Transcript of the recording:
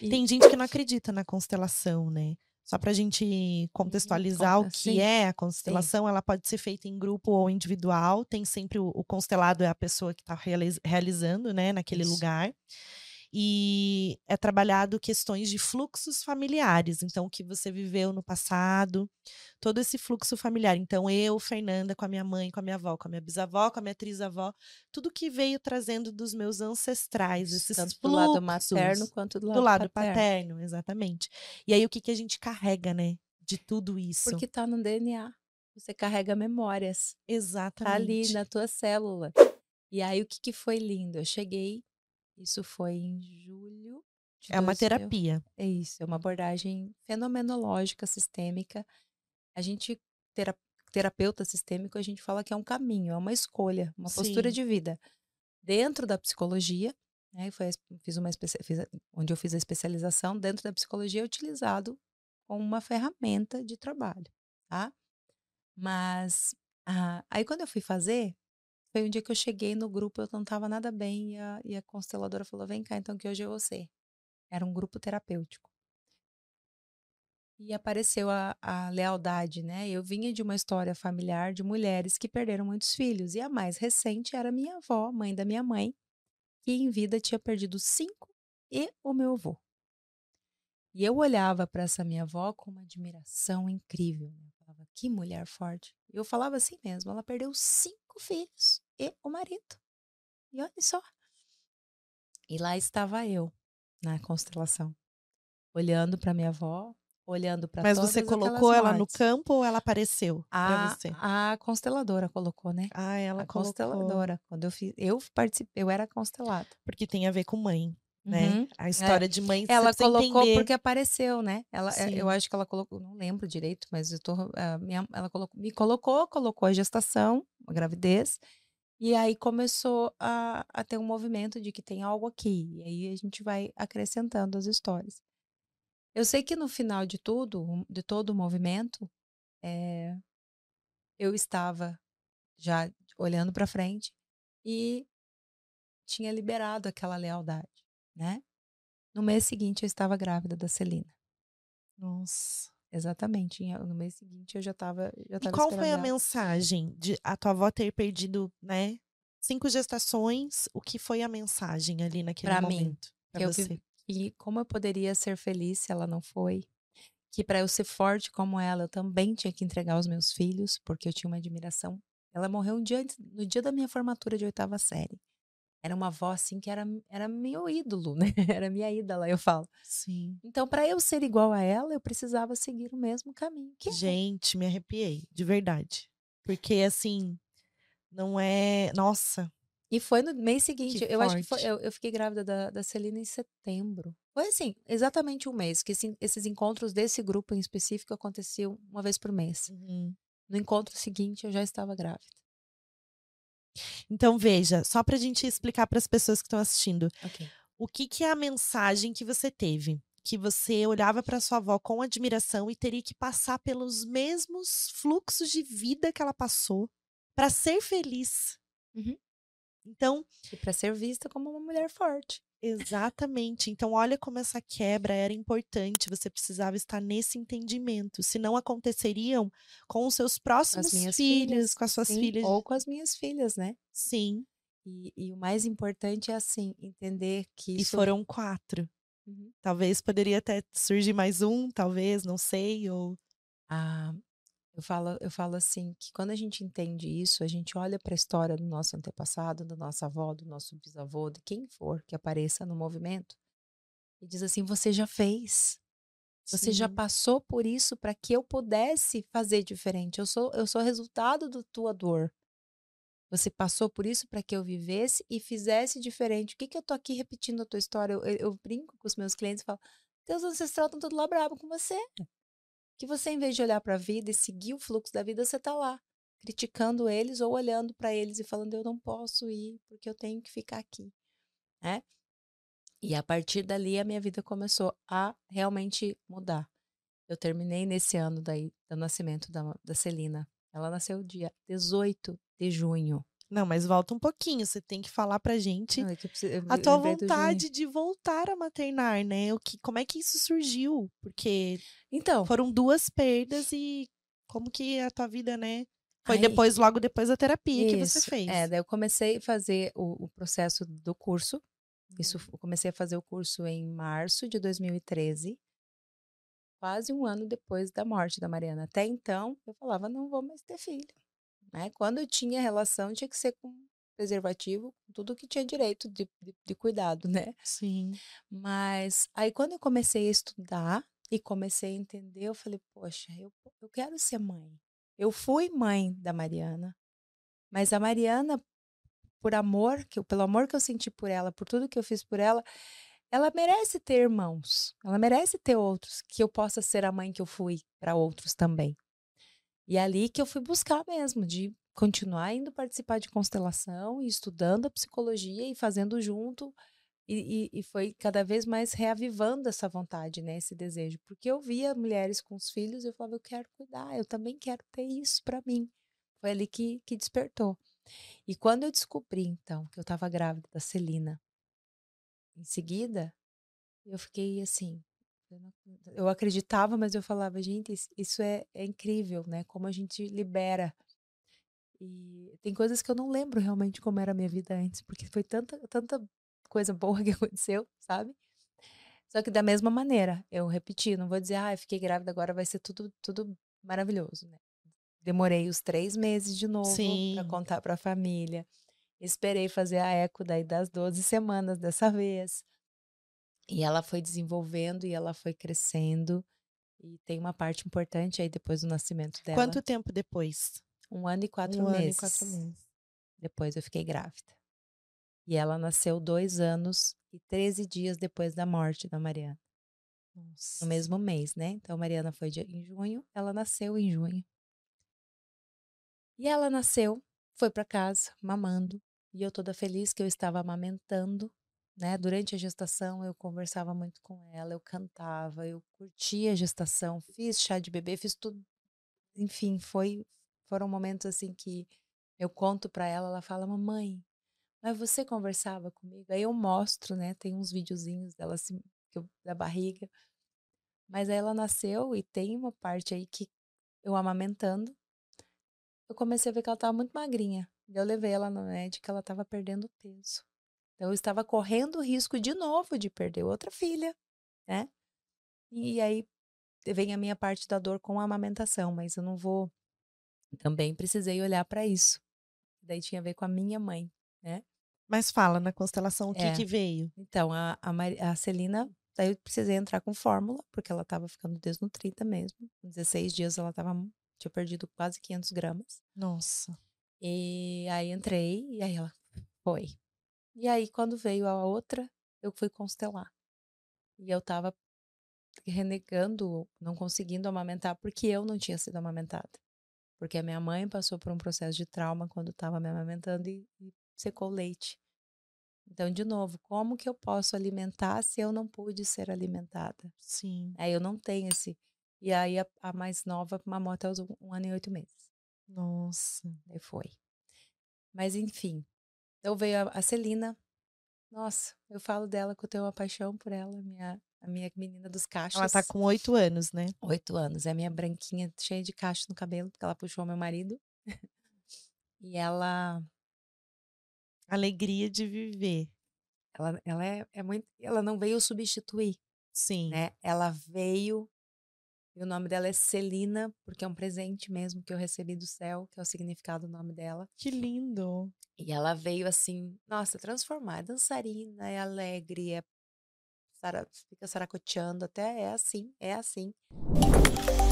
Tem gente que não acredita na constelação, né? Só pra gente contextualizar o que Sim, é a constelação, ela pode ser feita em grupo ou individual. Tem sempre o constelado é a pessoa que está realizando, né, naquele isso. lugar. E é trabalhado questões de fluxos familiares. Então, o que você viveu no passado, todo esse fluxo familiar. Então, eu, Fernanda, com a minha mãe, com a minha avó, com a minha bisavó, com a minha trisavó, tudo que veio trazendo dos meus ancestrais, Isso, esses tanto do lado materno fluxos quanto do do lado lado paterno. paterno, exatamente. E aí, o que que a gente carrega, né, de tudo isso? Porque tá no DNA. Você carrega memórias. Tá ali Exatamente. na tua célula. E aí, o que que foi lindo? Eu cheguei, isso foi em julho de É uma 2000. terapia. É isso, é uma abordagem fenomenológica, sistêmica. A gente, tera terapeuta sistêmico, a gente fala que é um caminho, é uma escolha, uma postura Sim. de vida. Dentro da psicologia, né, fiz uma onde eu fiz a especialização, dentro da psicologia é utilizado como uma ferramenta de trabalho, tá? Mas, aí quando eu fui fazer, foi um dia que eu cheguei no grupo, eu não estava nada bem e a consteladora falou: "Vem cá então que hoje é você". Era um grupo terapêutico. E apareceu a lealdade, né, eu vinha de uma história familiar de mulheres que perderam muitos filhos, e a mais recente era minha avó, mãe da minha mãe, que em vida tinha perdido 5 e o meu avô. E eu olhava para essa minha avó com uma admiração incrível, né, eu falava: "Que mulher forte". Eu falava assim mesmo, ela perdeu 5 filhos e o marido, e olhe só. E lá estava eu, na constelação, olhando para minha avó, olhando para Mas você todas aquelas colocou ela no mortes. campo ou ela apareceu para você? A consteladora colocou, né, Ah, ela a colocou. consteladora, quando eu participei, eu era constelada. Porque tem a ver com mãe, né? Uhum. A É. história de mãe você Ela precisa colocou entender. porque apareceu, né, eu Sim. acho que ela colocou, não lembro direito, mas eu tô ela colocou a gestação, a gravidez, e aí começou a ter um movimento de que tem algo aqui, e aí a gente vai acrescentando as histórias. Eu sei que no final de tudo, de todo o movimento, eh, eu estava já olhando para frente e tinha liberado aquela lealdade, né. No mês seguinte eu estava grávida da Celina. Nossa. Exatamente, no mês seguinte eu já E estava qual esperando foi a ela. mensagem de a tua avó ter perdido, né, 5 gestações, o que foi a mensagem ali naquele Pra mim, momento para que eu vi você? que como eu poderia ser feliz se ela não foi, que para eu ser forte como ela, eu também tinha que entregar os meus filhos, porque eu tinha uma admiração. Ela morreu um dia antes, no dia da minha formatura de oitava série. Era uma avó, assim, que era meu ídolo, né, era minha ídola, eu falo. Sim. Então para eu ser igual a ela, eu precisava seguir o mesmo caminho que ela. Gente, me arrepiei, de verdade. Porque assim, não é nossa, E foi no mês que seguinte, eu acho que foi forte. eu fiquei grávida da Celina em setembro. Foi assim, exatamente um mês, que esses encontros desse grupo em específico aconteciam uma vez por mês. Uhum. No encontro seguinte eu já estava grávida. Então veja, só pra gente explicar para as pessoas que estão assistindo, Ok. o que que é a mensagem que você teve? Que você olhava para sua avó com admiração e teria que passar pelos mesmos fluxos de vida que ela passou para ser feliz. Uhum. Então, E para ser vista como uma mulher forte. exatamente. Então, olha como essa quebra era importante. Você precisava estar nesse entendimento. Se não aconteceriam com os seus Com as próximos minhas filhos, filhas, com as suas sim, filhas. ou com as minhas filhas, né. Sim. E o mais importante é, assim, entender que E isso. foram 4. Uhum. Talvez poderia até surgir mais um, talvez, não sei, ou Ah, eu falo assim, que quando a gente entende isso, a gente olha para a história do nosso antepassado, da nossa avó, do nosso bisavô, de quem for que apareça no movimento, e diz assim: "Você já fez, você já sim, passou por isso para que eu pudesse fazer diferente, eu sou resultado da tua dor. Você passou por isso para que eu vivesse e fizesse diferente. O que que eu tô aqui repetindo a tua história?" Eu brinco com os meus clientes e falo: "Teus ancestrais estão tudo lá bravo com você, que você, em vez de olhar para a vida e seguir o fluxo da vida, você tá lá, criticando eles ou olhando para eles e falando: 'Eu não posso ir, porque eu tenho que ficar aqui'", né. E a partir dali a minha vida começou a realmente mudar. Eu terminei nesse ano daí do nascimento da Celina. Ela nasceu dia 18 de junho. Não, mas volta um pouquinho, você tem que falar pra gente Não, é que eu a tua lembrei do Juninho. vontade de voltar a maternar, né? Como é que isso surgiu? Porque Então, foram 2 perdas e como que a tua vida, né? Foi aí, logo depois da terapia que você isso. fez. Daí eu comecei a fazer o processo do curso. Isso, Uhum. eu comecei a fazer o curso em março de 2013, quase um ano depois da morte da Mariana. Até então, eu falava, não vou mais ter filho, né? Quando eu tinha relação, tinha que ser com preservativo, com tudo que tinha direito de cuidado, né? Sim. Mas aí quando eu comecei a estudar e comecei a entender, eu falei, poxa, eu quero ser mãe. Eu fui mãe da Mariana, mas a Mariana, por amor, pelo amor que eu senti por ela, por tudo que eu fiz por ela merece ter irmãos. Ela merece ter outros, que eu possa ser a mãe que eu fui para outros também. E é ali que eu fui buscar mesmo, de continuar indo participar de constelação e estudando a psicologia e fazendo junto. E foi cada vez mais reavivando essa vontade, né, esse desejo. Porque eu via mulheres com os filhos e eu falava, eu quero cuidar, eu também quero ter isso para mim. Foi ali que despertou. E quando eu descobri, então, que eu estava grávida da Celina, em seguida, eu fiquei assim. Eu acreditava, mas eu falava, gente, isso é incrível, né? Como a gente libera. E tem coisas que eu não lembro realmente como era a minha vida antes, porque foi tanta coisa boa que aconteceu, sabe? Só que da mesma maneira, eu repeti, não vou dizer, eu fiquei grávida, agora vai ser tudo maravilhoso, né? Demorei os 3 meses de novo para Sim. contar para a família. Esperei fazer a eco daí das 12 semanas dessa vez. E ela foi desenvolvendo e ela foi crescendo. E tem uma parte importante aí depois do nascimento dela. Quanto tempo depois? 1 ano e 4 1 ano e 4 meses. meses. Depois eu fiquei grávida. E ela nasceu 2 anos e 13 dias depois da morte da Mariana. No Nossa. mesmo mês, né? Então, a Mariana foi em junho, ela nasceu em junho. E ela nasceu, foi para casa, mamando. E eu toda feliz que eu estava amamentando, né? Durante a gestação, eu conversava muito com ela, eu cantava, eu curtia a gestação, fiz chá de bebê, fiz tudo. Enfim, foram momentos assim que eu conto para ela, ela fala, mamãe, mas você conversava comigo? Aí eu mostro, né? Tem uns videozinhos dela assim, da barriga. Mas aí ela nasceu e tem uma parte aí que eu amamentando, eu comecei a ver que ela estava muito magrinha. Eu levei ela no médico, ela estava perdendo peso. Então eu estava correndo o risco de novo de perder outra filha, né? E aí vem a minha parte da dor com a amamentação, mas eu não vou. Também precisei olhar para isso. Daí tinha a ver com a minha mãe, né? Mas fala na constelação o que É. que veio? Então, a Celina, daí eu precisei entrar com fórmula, porque ela estava ficando desnutrida mesmo. Com 16 dias ela tinha perdido quase 500 gramas. Nossa. E aí entrei, e aí ela foi. E aí, quando veio a outra, eu fui constelar. E eu tava renegando, não conseguindo amamentar, porque eu não tinha sido amamentada. Porque a minha mãe passou por um processo de trauma quando estava me amamentando e secou o leite. Então, de novo, como que eu posso alimentar se eu não pude ser alimentada? Sim. Aí eu não tenho esse. E aí a mais nova mamou até os 1 ano e 8 meses. Nossa. Aí foi. Mas enfim. Então veio a Celina. Nossa, eu falo dela que eu tenho uma paixão por ela, a minha menina dos Ela tá cachos. com 8 anos, né? 8 anos. É a minha branquinha, cheia de cacho no cabelo, porque ela puxou meu marido. E Alegria de viver. ela é muito. Ela não veio substituir, Sim. né? Ela veio. E o nome dela é Celina, porque é um presente mesmo que eu recebi do céu, que é o significado do nome dela. Que lindo. E ela veio assim, nossa, transformar. É dançarina, é alegre, fica saracoteando, até é assim, é assim.